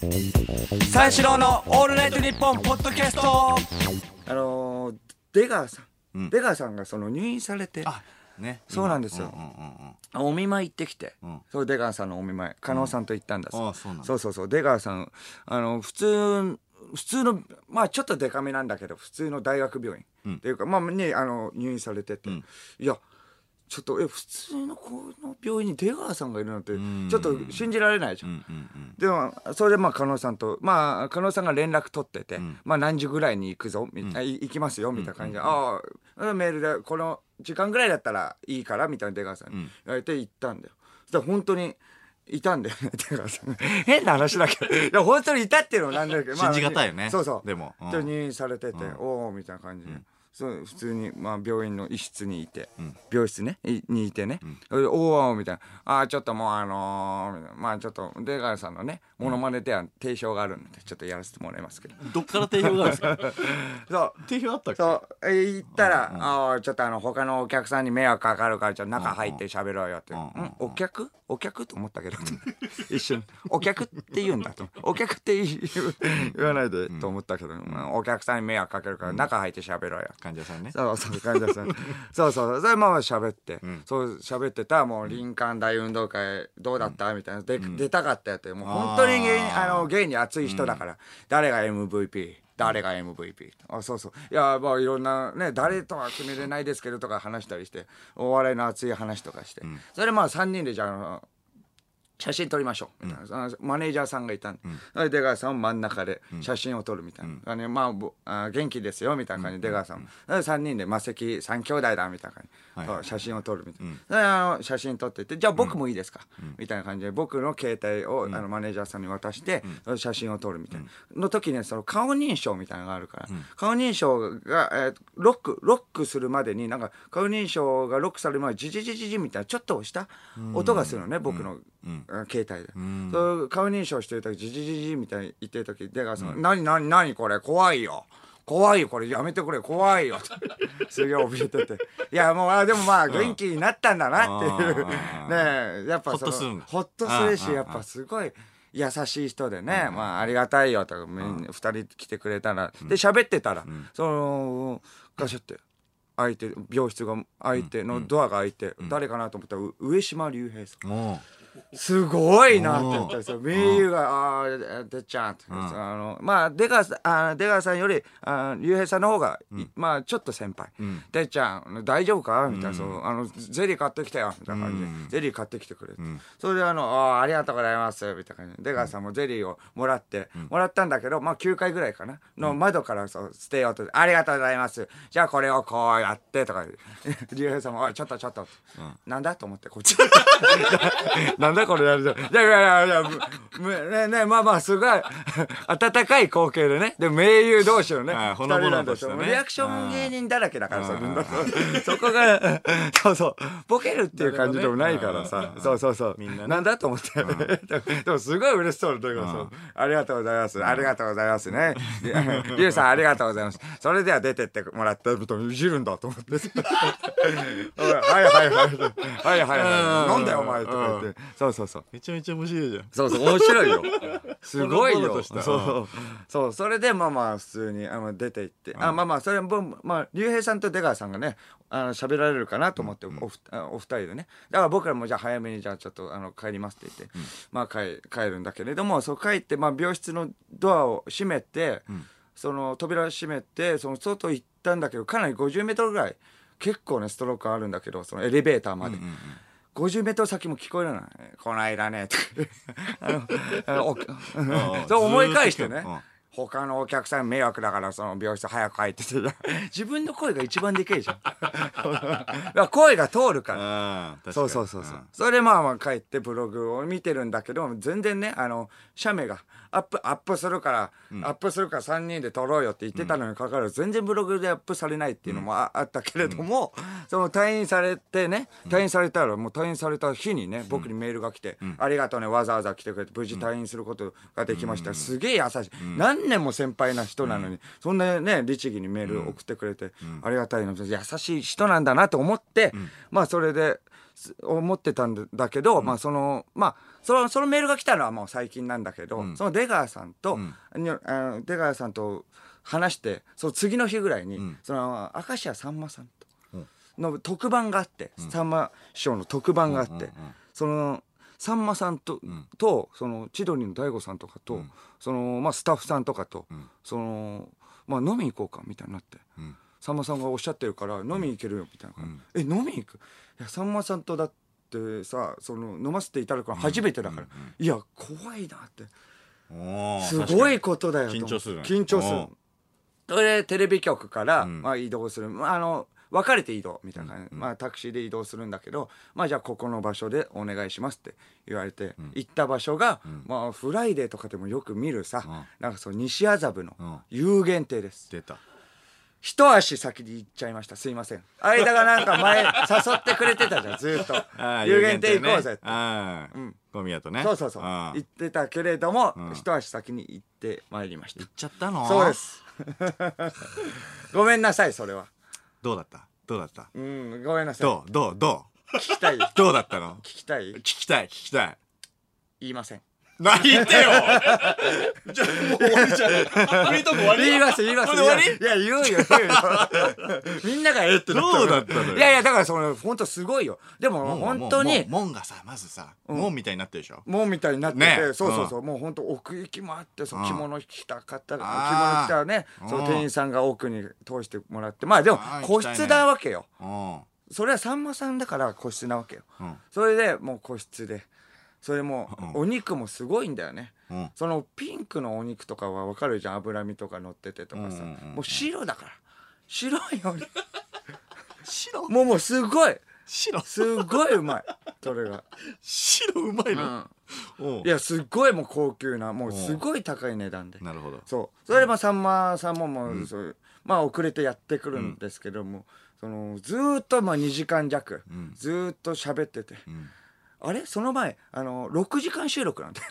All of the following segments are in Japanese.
三四郎のオールナイトニッポンポッドキャスト。出川さん、出川さんがその入院されて、 ね、 そうなんですよ、お見舞い行ってきて、そう出川さんのお見舞い加納さんと行ったんだ、そう出川さん普通のまあちょっとデカめなんだけど普通の大学病院、っていうかまあね入院されてて、いやちょっと普通のこの病院に出川さんがいるなんてちょっと信じられないじゃん。でもそれでまあ加納さんと加納さんが連絡取ってて、まあ何時ぐらいに行くぞ行きますよみたいな感じで、メールでこの時間ぐらいだったらいいからみたいな出川さんに言われて行ったんだよ。そしたら本当にいたんだよね出川さん。変な話だけど、いや本当にいたっていうのもなんだけど、 信じがたいよね。 そうでも入院されてて、おおみたいな感じで。そう普通に、まあ、病院の一室にいて、病室ねにいてね、おおみたいな、ちょっともうまあちょっと出川さんのねモノマネでは定評があるのでちょっとやらせてもらいますけど。 どっから定評があるんですか？そう定評あったっけ？ そう言ったら、ちょっと他のお客さんに迷惑かかるからちょっと中入って喋ろうよって、お客と思ったけど一瞬お客って言うんだと、お客って言わないでと思ったけど、お客さんに迷惑かけるから中入って喋ろうよ。 患者さんね。 そう患者さんそうそれまあ喋って、そう喋ってたもう林間大運動会どうだった、みたいな出たかったやって、もう本当に芸に熱い人だから、誰が MVP 誰が MVP、そういやまあいろんなね誰とは決めれないですけどとか話したりして、お笑いの熱い話とかして、それでまあ3人でじゃあ写真撮りましょうみたいな、マネージャーさんがいたんで、出川さんを真ん中で写真を撮るみたいな、まあ元気ですよみたいな感じで出川さん3人で魔石3兄弟だみたいな感じ、写真を撮るみたいな、写真撮ってて、じゃあ僕もいいですか、みたいな感じで僕の携帯をマネージャーさんに渡して、写真を撮るみたいなの時にその顔認証みたいなのがあるから、顔認証が、ロックするまでになんか顔認証がロックされる前にジジジジジみたいなちょっと押した音がするのね、僕の携帯で、そう顔認証してる時ジジジジみたいに言ってる時出川さんが何これ怖いよこれやめてくれ怖いよすげえ怯えてて、いやもうでもまあ元気になったんだなっていうね、やっぱホッとするし、やっぱすごい優しい人でね、まあありがたいよとか2人来てくれたらで喋ってたら、そのガシャって病室が開いてのドアが開いて、誰かなと思ったら上島竜兵さん、すごいなって言ったんですよ。名優がてっちゃんって、まあ出川さんより竜兵さんの方が、まあちょっと先輩、てっちゃん大丈夫かみたいな、ゼリー買ってきたよみたいな感じで、ゼリー買ってきてくれて、それでありがとうございますみたいな感じで出川さんもゼリーをもらったんだけど、まあ9回ぐらいかなの窓から捨てようと、ありがとうございます、じゃあこれをこうやってとか、竜兵さんもちょっとなんだと思ってこっちなんだこれやるじゃん。いやねまあすごい温かい光景でね、で名優同士のね2人なんでしょ、リアクション芸人だらけだからさ、そこがそうボケるっていう感じでもないからさ、そうみんななんだと思って、でもすごい嬉しそうだからさ、ありがとうございますありがとうございますね、リュウさんありがとうございます、それでは出てってもらってるといじるんだと思ってはい飲んだよお前とか言って、そうめちゃめちゃ面白いじゃん。 そう面白いよすごいよそうそれでまあ普通に出て行って、まあそれもまあ竜兵さんと出川さんがね喋られるかなと思って、お二人でね、だから僕らもじゃあ早めにじゃあちょっと帰りますって言って、まあ帰るんだけれども、そう帰ってまあ病室のドアを閉めて、その扉を閉めてその外行ったんだけど、かなり50メートルぐらい結構ねストロークあるんだけど、そのエレベーターまで、50メートル先も聞こえるの、この間ねそう思い返してね、他のお客さん迷惑だからその病室早く帰ってて自分の声が一番でかいじゃん声が通るからそうそれでまあ帰ってブログを見てるんだけど、全然ね写メがアップするから3人で撮ろうよって言ってたのにかかわらず、全然ブログでアップされないっていうのもあったけれども、その退院されたらもう退院された日にね、僕にメールが来て、ありがとうねわざわざ来てくれて無事退院することができました、すげえ優しい、なん年も先輩な人なのに、そんなね律儀にメール送ってくれて、ありがたいの、優しい人なんだなと思って、まあそれで思ってたんだけど、そのメールが来たのはもう最近なんだけど、その出川さんと、出川さんと話して、その次の日ぐらいに、その明石家さんまさんとの特番があって、さんま師匠の特番があって、そのさんまさんと、その千鳥の大悟さんとかと、そのスタッフさんとかと、その飲みに行こうかみたいになって、さんまさんがおっしゃってるから飲みに行けるよみたいな、飲みに行く、いやさんまさんとだってさ、その飲ませていただくの初めてだから、いや怖いなって、すごいことだよと、 緊張する。 それでテレビ局から移動する、分かれて移動みたいな感じ、タクシーで移動するんだけど、じゃあここの場所でお願いしますって言われて、行った場所が、フライデーとかでもよく見るさ、なんかその西麻布の有限亭です。 出た。 一足先に行っちゃいました、すいません。間がなんか前誘ってくれてたじゃん、ずっと有限亭行こうぜって、 小宮とね。 そう行ってたけれども、一足先に行ってまいりました。 行っちゃったの？ そうですごめんなさい、それは。 どうだった？ごめんなさい。 どう聞きたい。 どうだったの？ 聞きたい。 聞きたい。 言いません。 何言ってよじゃあもう終わりじゃん。終わり？言います。 いや言うよみんながってどうだったのよ。 いやだからその本当すごいよ。でも本当に門がさ、まずさ、門みたいになってるでしょ。 門みたいになってて、そうもう本当奥行きもあって、その着物着たらね、その店員さんが奥に通してもらって、でも個室なわけよ。それはさんまさんだから個室なわけよ。それでもう個室で、それもお肉もすごいんだよね。そのピンクのお肉とかは分かるじゃん、脂身とか乗っててとかさ、もう白だから、白いお肉もうすごいすごいうまい。それが白うまいの。 いやすっごいもう高級な、もうすごい高い値段で。 なるほど。 それでさんまさんも遅れてやってくるんですけども、そのずーっと2時間弱ずーっと喋ってて、あれその前6時間収録なんだよ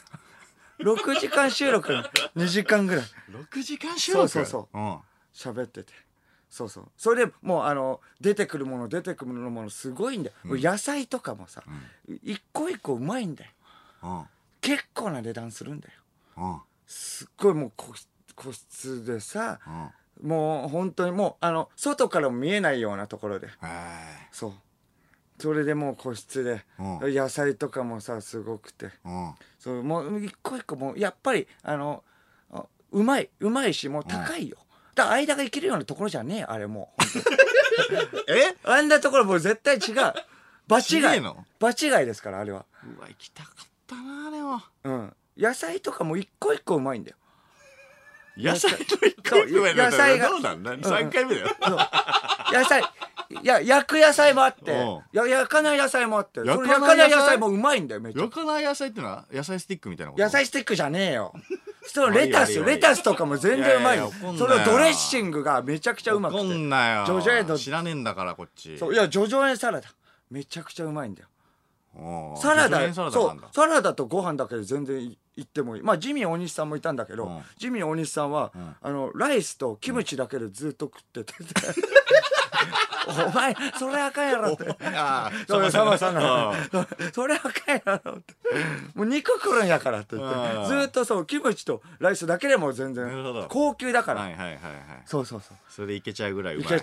6時間収録2時間ぐらい 6時間収録喋ってて、それでもう出てくるものすごいんだよ。野菜とかもさ、一個一個うまいんだよ。結構な値段するんだよ。すっごいもう個室でさ、もう本当にもう外からも見えないようなところで、それでもう個室で野菜とかもさすごくて、もう一個一個もうやっぱりうまいし、もう高いよ。だから間がいけるようなところじゃねえ、あれもうあんなところもう絶対違う。場違いですから、あれは。 うわ行きたかったな。でも野菜とかも一個一個うまいんだよ。 野菜の一個一個うまいんだよ。 野菜がどうなんだ3回目だよ。 野菜焼く野菜もあって、焼かない野菜もあって、その焼かない野菜もうまいんだよ、めっちゃ。 焼かない野菜ってのは野菜スティックみたいなこと？ 野菜スティックじゃねえよ。そのレタスとかも全然うまいよ。そのドレッシングがめちゃくちゃうまくて。 怒んなよ。知らねえんだからこっち。 ジョジョ園サラダめちゃくちゃうまいんだよ。サラダとご飯だけで全然いってもいい。ジミー大西さんもいたんだけど、ジミー大西さんはライスとキムチだけでずっと食っててお前それあかんやろってさんまさんがそれあかんやろって、もう肉食るんやからって言って、ずっとキムチとライスだけでも全然高級だから、そうそれでいけちゃうぐらい。 それで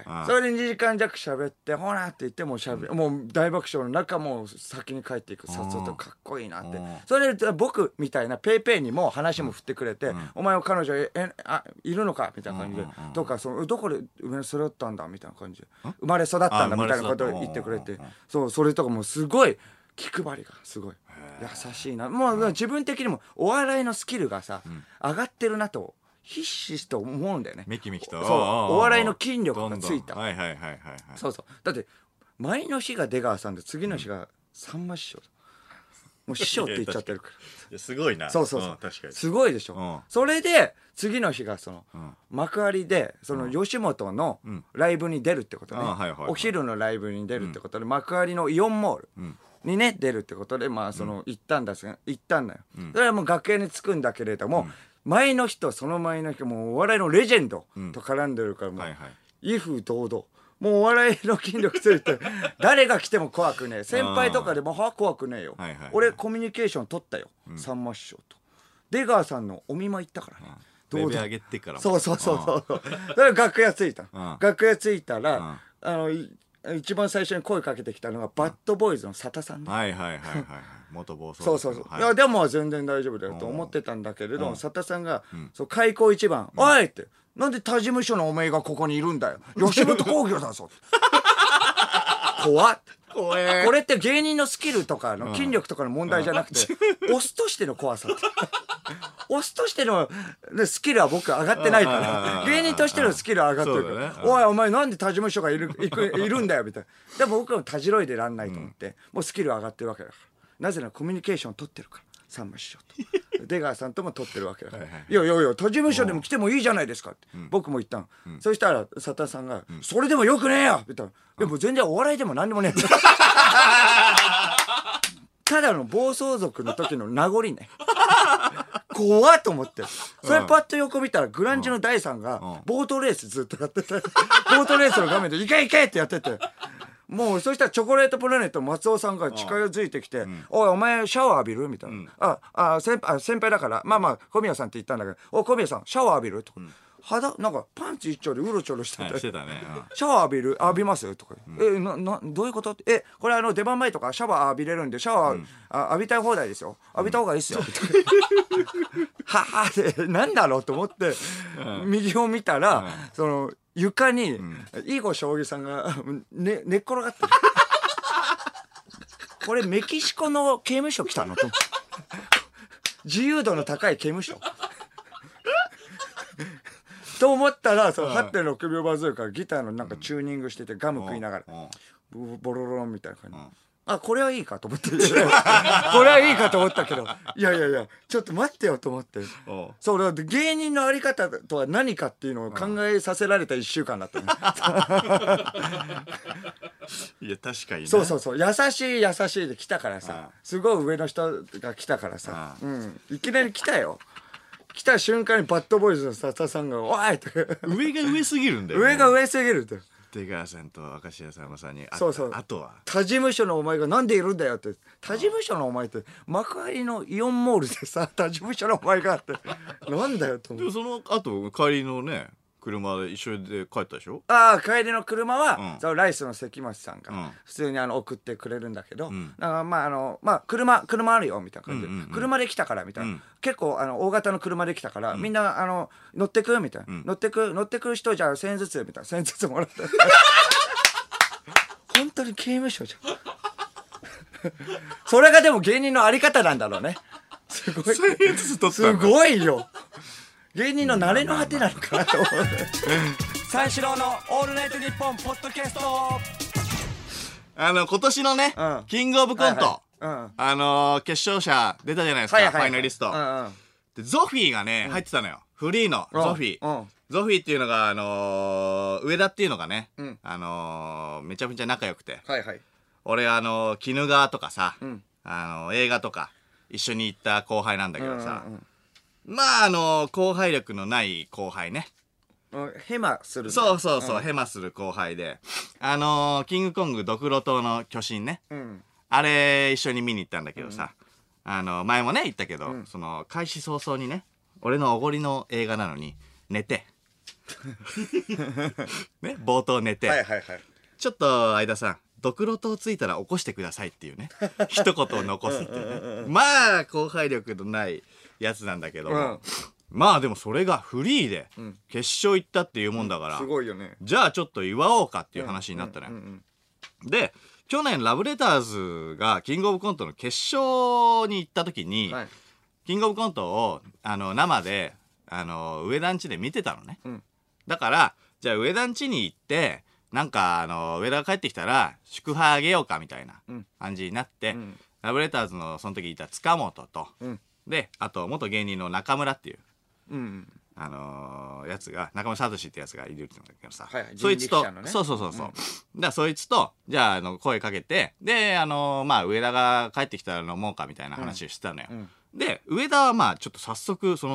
2時間弱喋って、ほらって言ってもう大爆笑の中も先に帰っていく、さっそとかっこいいなって。それで僕みたいなペイペイにも話も振ってくれて、お前は彼女いるのかみたいな感じで、どこで生まれ育ったんだみたいな感じで、生まれ育ったんだみたいなことを言ってくれて、それとかもすごい気配りがすごい優しいな。もう自分的にもお笑いのスキルがさ上がってるなとひしひしと思うんだよね。 めきめきと。 お笑いの筋力がついた。 そうだって前の日が出川さんで次の日がさんま師匠、もう師匠って言っちゃってるから。 すごいな。 確かにすごいでしょ。それで次の日が幕張で吉本のライブに出るってことね。お昼のライブに出るってことで、幕張のイオンモールにね出るってことで行ったんだよ。それはもう楽屋に着くんだけれども、 前の日とその前の日もうお笑いのレジェンドと絡んでるから、もう威風堂々、もうお笑いの筋力ついて誰が来ても怖くねえ、先輩とかでも怖くねえよ、俺コミュニケーション取ったよ、さんま師匠と出川さんのお見舞い行ったからね、 レベ上げてからもそうそれ楽屋着いた、楽屋着いたら、一番最初に声かけてきたのがバッドボーイズの佐田さんね。 元暴走そういやでも全然大丈夫だよと思ってたんだけれど、佐田さんが開口一番「おい!」って「なんで他事務所のお前がここにいるんだよ、吉本興業だぞ」怖っ、これって芸人のスキルとかの筋力とかの問題じゃなくて、オスとしての怖さってオスとしてのスキルは僕上がってないから芸人としてのスキルは上がってるから、おいお前なんで他事務所がいるんだよみたいな。でも僕もたじろいでらんないと思って、もうスキル上がってるわけだから、なぜならコミュニケーション取ってるから、さんま師匠と出川さんとも取ってるわけだから、いや他事務所でも来てもいいじゃないですかって僕も言ったの、そしたら佐田さんが「それでもよくねえよ」みたいな。でも全然お笑いでも何でもねえただの暴走族の時の名残ね怖っと思って、それパッと横見たらグランジの第3がボートレースずっとやってて、ボートレースの画面で「いけいけ!」ってやってて、もうそしたらチョコレートプラネット松尾さんが近づいてきて「おいお前シャワー浴びる?」みたいな「先輩だからまあ小宮さんって言ったんだけど、おい小宮さんシャワー浴びる?」とかなんかパンツ一丁でうろちょろしてて、シャワー浴びます?とか、どういうことって、これ出番前とかシャワー浴びれるんでシャワー浴びたい放題ですよ、浴びた方がいいっすよははでなんだろうと思って右を見たら、その床に囲碁将棋さんが寝っ転がってるこれメキシコの刑務所来たのと自由度の高い刑務所と思ったら、その 8.6 秒バズーカがギターのなんかチューニングしててガム食いながらボロロンみたいな感じ、これはいいかと思ってこれはいいかと思ったけど、いやちょっと待ってよと思って、そうだって芸人のあり方とは何かっていうのを考えさせられた1週間だったねいや確かにね、 そう優しいで来たからさ、すごい上の人が来たからさ、いきなり来たよ。来た瞬間にバッドボーイズの佐田さんが「おい!」って上が上すぎるんだよ、 上が上すぎるって出川さんと明石家さんまさんにあとは他事務所のお前がなんでいるんだよって、他事務所のお前って幕張のイオンモールでさ他事務所のお前があってなんだよと思う。 でもその後帰りのね車で一緒で帰ったでしょ。 帰りの車は、そのライスの関町さんが普通に送ってくれるんだけど、車あるよみたいな感じで、車で来たからみたいな、結構大型の車で来たから、みんな乗ってくみたいな、乗ってく人じゃあ1000円ずつみたいな、1000円ずつもらって本当に刑務所じゃんそれがでも芸人のあり方なんだろうね。すごい 1000円ずつ取ったすごいよ、芸人の慣れの果てなのかなと思う三四郎のオールナイトニッポンポッドキャスト。 今年のね、キングオブコント、決勝者出たじゃないですか、ファイナリスト、でゾフィーがね、入ってたのよ、フリーのゾフィー、ゾフィーっていうのが上田っていうのがね、めちゃめちゃ仲良くて、俺鬼怒川とかさ、映画とか一緒に行った後輩なんだけどさ、まあ後輩力のない後輩ね。 ヘマする。 そう、ヘマする後輩で、キングコングドクロ島の巨神ね、あれ一緒に見に行ったんだけどさ、前もね言ったけど、その開始早々にね、俺のおごりの映画なのに寝てね、冒頭寝て、ちょっと相田さんドクロ島着いたら起こしてくださいっていうね一言を残すっていうね、まあ後輩力のないやつなんだけども、まあでもそれがフリーで決勝行ったっていうもんだから、 すごいよね。 じゃあちょっと祝おうかっていう話になったね。で去年ラブレターズがキングオブコントの決勝に行った時に、キングオブコントを生で上田ん家で見てたのね、だからじゃあ上田ん家に行ってなんか上田が帰ってきたら祝杯あげようかみたいな感じになって、ラブレターズのその時いた塚本と、であと元芸人の中村っていう、やつが中村聡ってやつがいるんだけどさ、そいつと、そうそいつとじゃあ声かけて、でまあ上田が帰ってきたら飲もうかみたいな話をしてたのよ、で上田はまあちょっと早速その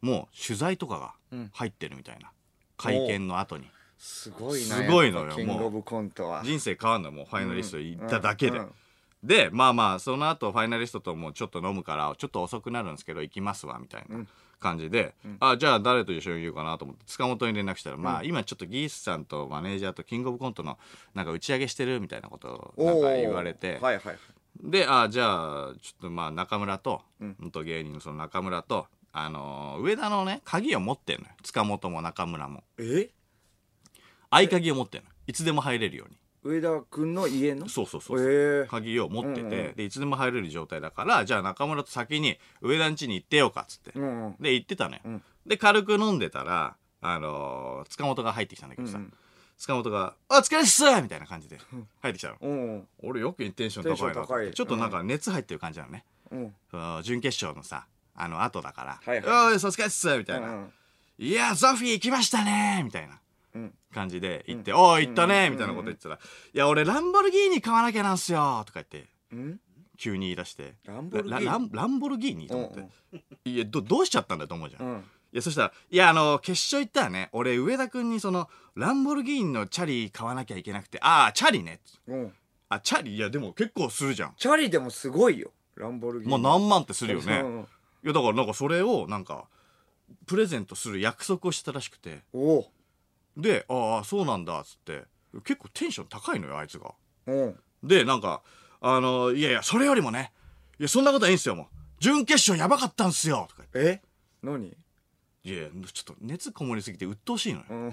もう取材とかが入ってるみたいな、会見の後に。 すごいな。 すごいのよ。 キングオブコントは人生変わんの、もうファイナリスト行っただけで。でまあまあその後ファイナリストともちょっと飲むからちょっと遅くなるんですけど行きますわみたいな感じで、じゃあ誰と一緒にいるかなと思って塚本に連絡したら、まあ今ちょっとギースさんとマネージャーとキングオブコントのなんか打ち上げしてるみたいなことをなんか言われて、でじゃあちょっとまあ中村と、元芸人のその中村と上田のね鍵を持ってんのよ、塚本も中村も。合鍵を持ってんの、いつでも入れるように。 上田君の家のそう鍵を持ってて、でいつでも入れる状態だから、じゃあ中村と先に上田ん家に行ってようかっつって、で行ってたのよ、で軽く飲んでたら塚本が入ってきたんだけどさ、塚本が「お疲れっす!」みたいな感じで入ってきたの。俺よくテンション高いなと思って、ちょっとなんか熱入ってる感じなのね、準決勝のさ後だから「おいお疲れっす!」みたいな「いやゾフィー来ましたね!」みたいな感じで行って「おい行ったね」みたいなこと言ってたら「いや俺ランボルギーニ買わなきゃなんすよ」とか言って急に言い出して「ランボルギーニ?」と思って「いやどうしちゃったんだ」と思うじゃん。いやそしたら「いや決勝行ったらね俺上田君にそのランボルギーニのチャリ買わなきゃいけなくてチャリね」チャリいやでも結構するじゃん。 チャリでもすごいよランボルギーニ。 まあ何万ってするよね。いやだからなんかそれをなんかプレゼントする約束をしてたらしくて、でそうなんだっつって結構テンション高いのよあいつが。でなんかいやいやそれよりもね、いやそんなことはいいんすよ、もう準決勝やばかったんすよとか言って。 何？ いやちょっと熱こもりすぎて鬱陶しいのよ。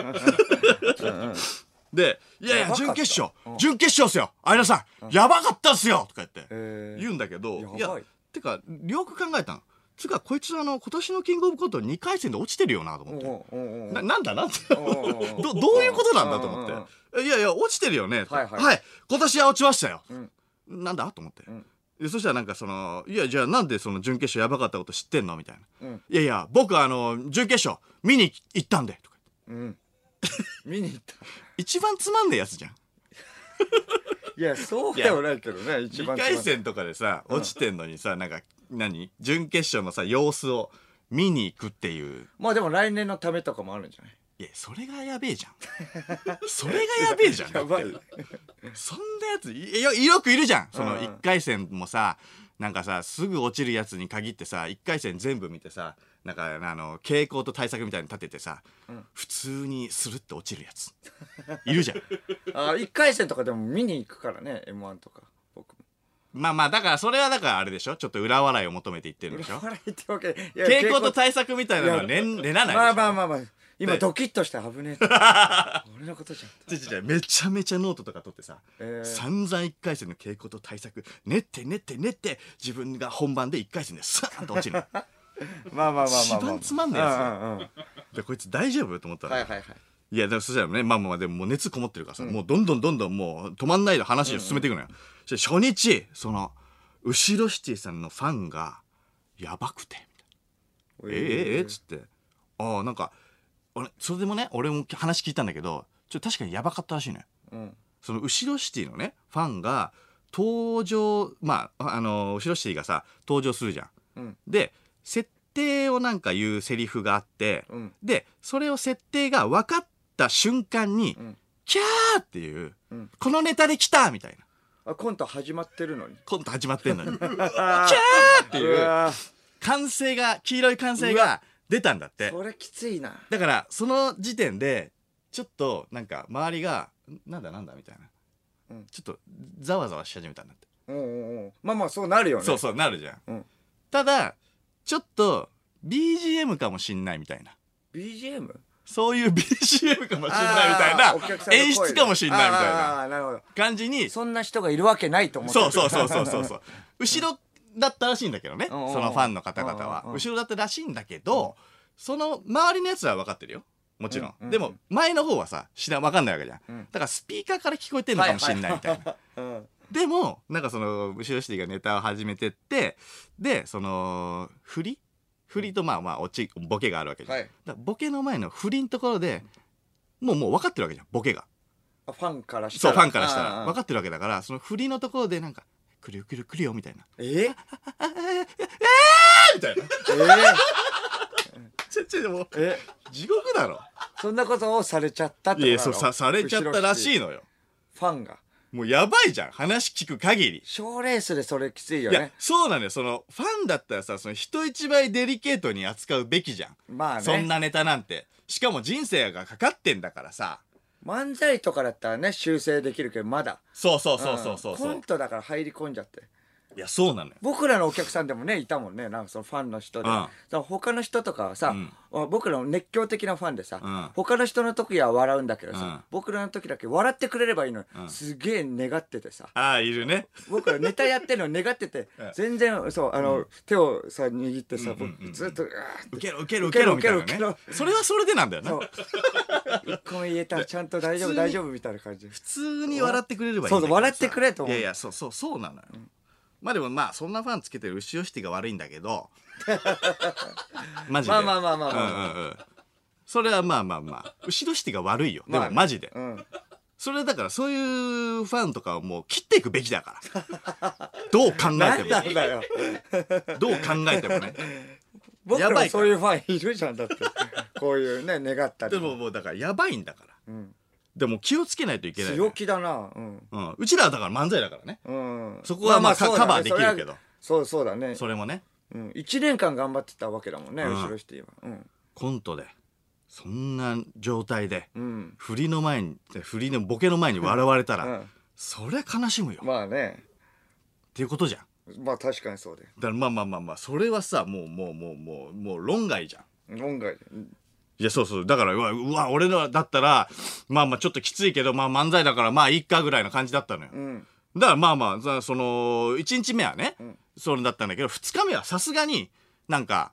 でいやいや準決勝っすよ相田さん、やばかったっすよとか言って言うんだけど、いやてかよく考えたのつかこいつ今年のキングオブコント2回戦で落ちてるよなと思って、なんだどういうことなんだと思って、いやいや落ちてるよね、はい今年は落ちましたよ、なんだと思って、そしたらなんかいやじゃあなんでその準決勝やばかったこと知ってんのみたいな、いやいや僕準決勝見に行ったんでとか見に行った。 一番つまんねえやつじゃん。 いやそうでもないけどね。 2回戦とかでさ落ちてんのにさ、なんか準決勝のさ様子を見に行くっていう。 まあでも来年のためとかもあるんじゃない？ いやそれがやべえじゃん。それがやべえじゃん。 やばい。 そんなやつよくいるじゃん。その1回戦もさなんかさすぐ落ちるやつに限ってさ1回戦全部見てさなんか傾向と対策みたいに立ててさ、普通にスルッと落ちるやついるじゃん。 1回戦とかでも見に行くからね M1 とか僕も。 まあだからそれはだからあれでしょ、ちょっと裏笑いを求めて言ってるんでしょ。 裏笑いってわけ傾向と対策みたいなのは練らないでしょ。 まあ今ドキッとして危ねえ。俺のことじゃん。 めちゃめちゃノートとか取ってさ、散々1回戦の傾向と対策練って自分が本番で1回戦でスーンと落ちる。一番つまんないやつでこいつ大丈夫と思ったら、いやでもそしたらねでももう熱こもってるからさ、もうどんどんもう止まんないで話を進めていくのよ。初日後ろシティさんのファンがやばくてみたいなっつってなんかそれでもね俺も話聞いたんだけど確かにやばかったらしいのよ。その後ろシティのねファンが登場後ろシティがさ登場するじゃん。で設定をなんか言うセリフがあって、でそれを設定が分かった瞬間に、キャーっていう、このネタで来たみたいな。コント始まってるのに。 コント始まってんのにキャーっていう歓声が黄色い歓声が出たんだって。 それきついな。 だからその時点でちょっとなんか周りがなんだみたいな、ちょっとざわざわし始めたんだって。 まあそうなるよね。 そうなるじゃん。ただちょっと BGM かもしんないみたいな。 BGM？ そういう BGM かもしんないみたいな演出かもしんないみたいな感じに。 そんな人がいるわけないと思ってる。 そう後ろだったらしいんだけどね、そのファンの方々は後ろだったらしいんだけど、その周りのやつは分かってるよもちろん。でも前の方はさ分かんないわけじゃん。だからスピーカーから聞こえてるのかもしんないみたいな。でもなんかその後ろシティがネタを始めてって、でその振りとボケがあるわけじゃん。だからボケの前の振りのところでもう分かってるわけじゃんボケが。 ファンからしたら。 そうファンからしたら分かってるわけだから、その振りのところでなんか来るよみたいな。みたいな。 でも地獄だろ。 そんなことをされちゃったってことなの？ いや、そうされちゃったらしいのよ。 ファンがもうやばいじゃん、話聞く限り。 賞レースでそれきついよいやね。 そうなのよ。そのファンだったらさ、その人一倍デリケートに扱うべきじゃん。 まあね。 そんなネタなんて。しかも人生がかかってんだからさ。 漫才とかだったらね修正できるけどまだそうそうそうそうそう、 コントだから入り込んじゃって。 いやそうなのよ。 僕らのお客さんでもねいたもんね、なんかそのファンの人で、だから他の人とかはさ、僕らの熱狂的なファンでさ、他の人の時は笑うんだけどさ、僕らの時だけ笑ってくれればいいのに、すげえ願っててさ、 ああいるね。 僕らネタやってるの願ってて全然そう手をさ握ってさ、僕ずっと受けろ受けろ受けろみたいなね。それはそれでなんだよね。 一個目言えたらちゃんと大丈夫大丈夫みたいな感じで普通に笑ってくれればいいんだけどさ。 そうそう笑ってくれと思う。 いやいやそうなのよ。まあでもまあそんなファンつけてる牛吉が悪いんだけどマジでまあそれはまあ牛吉が悪いよ。でもマジで、それだからそういうファンとかをもう切っていくべきだからどう考えてもなんだよどう考えてもね僕らもそういうファンいるじゃんだってこういうね願ったり。 でももうだからやばいんだから、でも気をつけないといけない、ね、 強気だな、 うちらはだから漫才だからね、そこはカバーできるけど、 そうだね、 それもね、 1年間頑張ってたわけだもんね、後ろシティは、 コントでそんな状態で、振りのボケの前に笑われたら、そりゃ悲しむよ。 まあねっていうことじゃん。 まあ確かにそうで、 だからまあそれはさもう論外じゃん。 論外。 いやそうだからうわ俺らだったらまあちょっときついけど、まあ漫才だからまあいっかぐらいな感じだったのよ、だからまあその1日目はね、それだったんだけど2日目はさすがになんか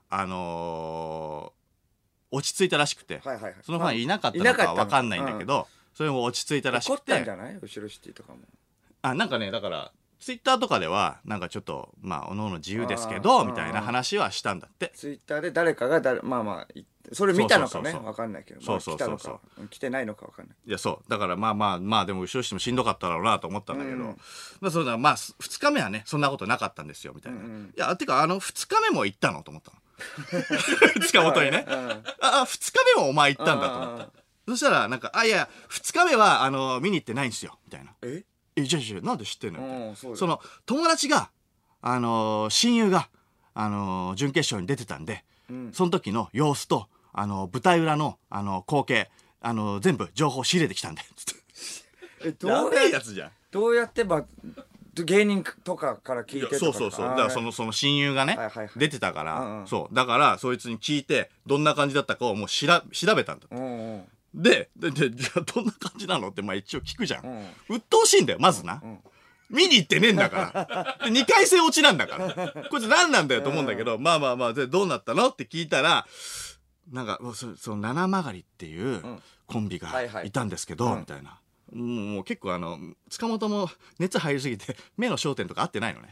落ち着いたらしくて、そのファンいなかったのかは分かんないんだけど、それも落ち着いたらしくて。 怒ったんじゃない後ろシティとかも。 なんかねだからツイッターとかではなんかちょっとまあおのおの自由ですけどみたいな話はしたんだって。 ツイッターで誰かがそれ見たのかね分かんないけど、来たのか来てないのか分かんない。 いやそうだからまあでも後ろしてもしんどかっただろうなと思ったんだけど、そうだまあ2日目はねそんなことなかったんですよみたいな。いやてか2日目も行ったのと思ったの塚本にね、2日目もお前行ったんだと思った。そしたらなんかいや2日目は見に行ってないんですよみたいな。じゃあなんで知ってんのみたいな。その友達が親友が準決勝に出てたんで、その時の様子と舞台裏の光景全部情報仕入れてきたんでやべえやつじゃん。 どうやって芸人とかから聞いてとか。 そうだからその親友がね出てたから、そうだからそいつに聞いてどんな感じだったかをもう調べたんだ。でじゃあどんな感じなのって一応聞くじゃん。鬱陶しいんだよまずな。見に行ってねえんだから2回戦落ちなんだからこいつ何なんだよと思うんだけど、まあでどうなったのって聞いたらなんかその七曲りっていうコンビがいたんですけどみたいな。もう結構塚本も熱入りすぎて目の焦点とか合ってないのね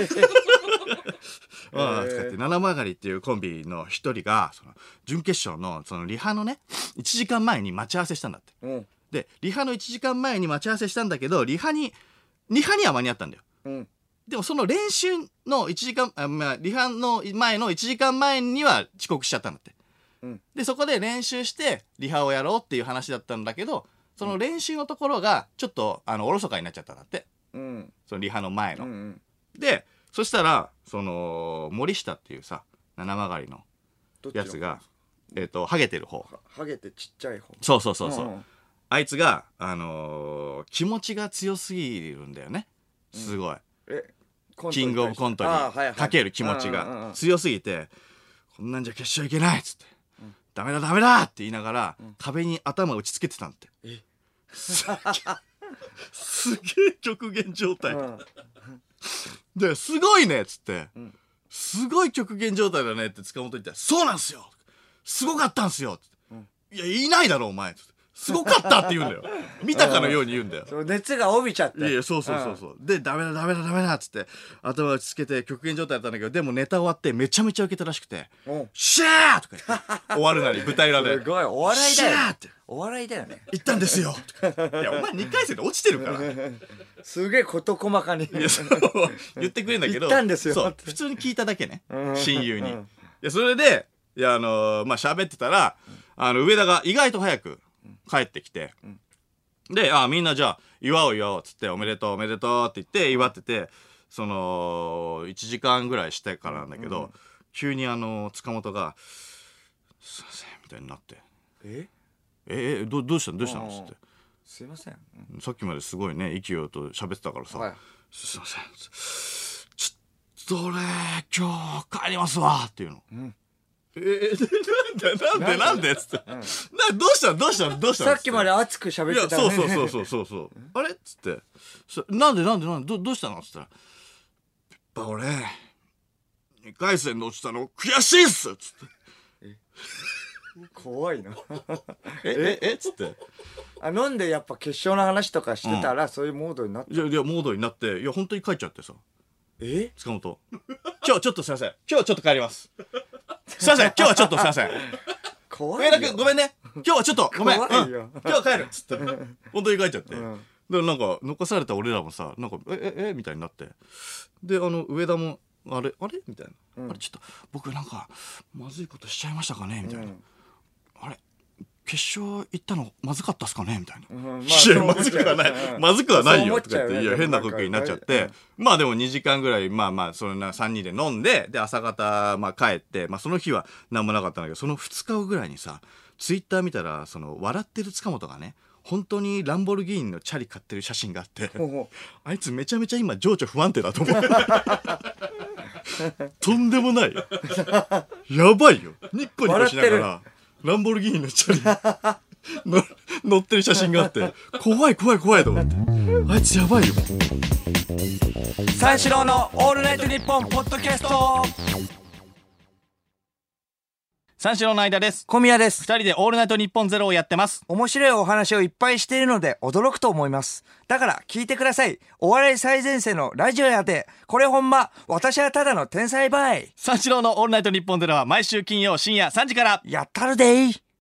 七曲りっていうコンビの一人がその準決勝のそのリハのね1時間前に待ち合わせしたんだって、でリハの1時間前に待ち合わせしたんだけどリハには間に合ったんだよ、でもその練習の1時間リハの前の1時間前には遅刻しちゃったんだって、でそこで練習してリハをやろうっていう話だったんだけど、その練習のところがちょっとおろそかになっちゃったんだって、そのリハの前の、でそしたらその森下っていうさ七曲りのやつがハゲてる方、 ハゲてちっちゃい方、 そうあいつが気持ちが強すぎるんだよねすごい、キングオブコントにかける気持ちが強すぎて、こんなんじゃ決勝いけないっつって、ダメだって言いながら壁に頭打ちつけてたんって。すげえ極限状態ですごいねっつって、すごい極限状態だねって塚本言ったら、そうなんすよすごかったんすよっつって、いや言いないだろお前っつって、すごかったって言うんだよ見たかのように言うんだよ。 熱が帯びちゃって、 いやそうでダメだっつって頭打ちつけて極限状態だったんだけど、でもネタ終わってめちゃめちゃ受けたらしくて、シャーとか言って終わるなり舞台裏で、 すごいお笑いだよ、 シャーってお笑いだよね。 言ったんですよいやお前2回戦で落ちてるからすげえ事細かに言ってくれんだけど、 言ったんですよそう普通に聞いただけね親友に。いやそれでいやまあ喋ってたら上田が意外と早く帰ってきて、でみんなじゃあ祝おうっつっておめでとうって言って祝ってて、その1時間ぐらいしてからなんだけど、急に塚本が「すいません」みたいになって「どうしたの?」っつって 「すいません、 さっきまですごいね勢いよと喋ってたからさ、すいませんちょっと俺今日帰りますわ」っていうの。なんでっつって、どうしたのさっきまで熱く喋ってたのに。そうあれっつってなんでどうしたのっつったら、やっぱ俺2回戦で落ちたの悔しいっすっつって。 怖いな。 っつって飲んでやっぱ決勝の話とかしてたら、そういうモードになって、 いやモードになって、いや本当に帰っちゃってさ、塚本今日ちょっとすいません、今日ちょっと帰ります、すいません今日はちょっとすいません、 怖いよ。 上田君ごめんね、今日はちょっとごめん、 怖いよ、 今日帰るっつって本当に帰っちゃって、でなんか残された俺らもさ、なんかみたいになって、で上田もあれみたいな、あれちょっと僕なんかまずいことしちゃいましたかねみたいな、あれ決勝行ったのまずかったっすかねみたいな、いやまずくはないよとか言って、いや変な空気になっちゃって、まあでも2時間ぐらいまあそんな3人で飲んで、で朝方帰って、その日は何もなかったんだけど、その2日後ぐらいにさツイッター見たら、その笑ってる塚本がね本当にランボルギーニのチャリ買ってる写真があって、あいつめちゃめちゃ今情緒不安定だと思うとんでもないやばいよ、ニッコニコしながらランボルギーニのチャリ乗ってる写真があって、怖いと思って、あいつやばいよ。 三四郎のオールナイトニッポンポッドキャスト。 三四郎の間です。 小宮です。 二人でオールナイトニッポンゼロをやってます。 面白いお話をいっぱいしているので驚くと思います。だから聞いてください。お笑い最前線のラジオやで、これほんま私はただの天才バイ。 三四郎のオールナイトニッポンゼロは毎週金曜深夜3時からやったるでい。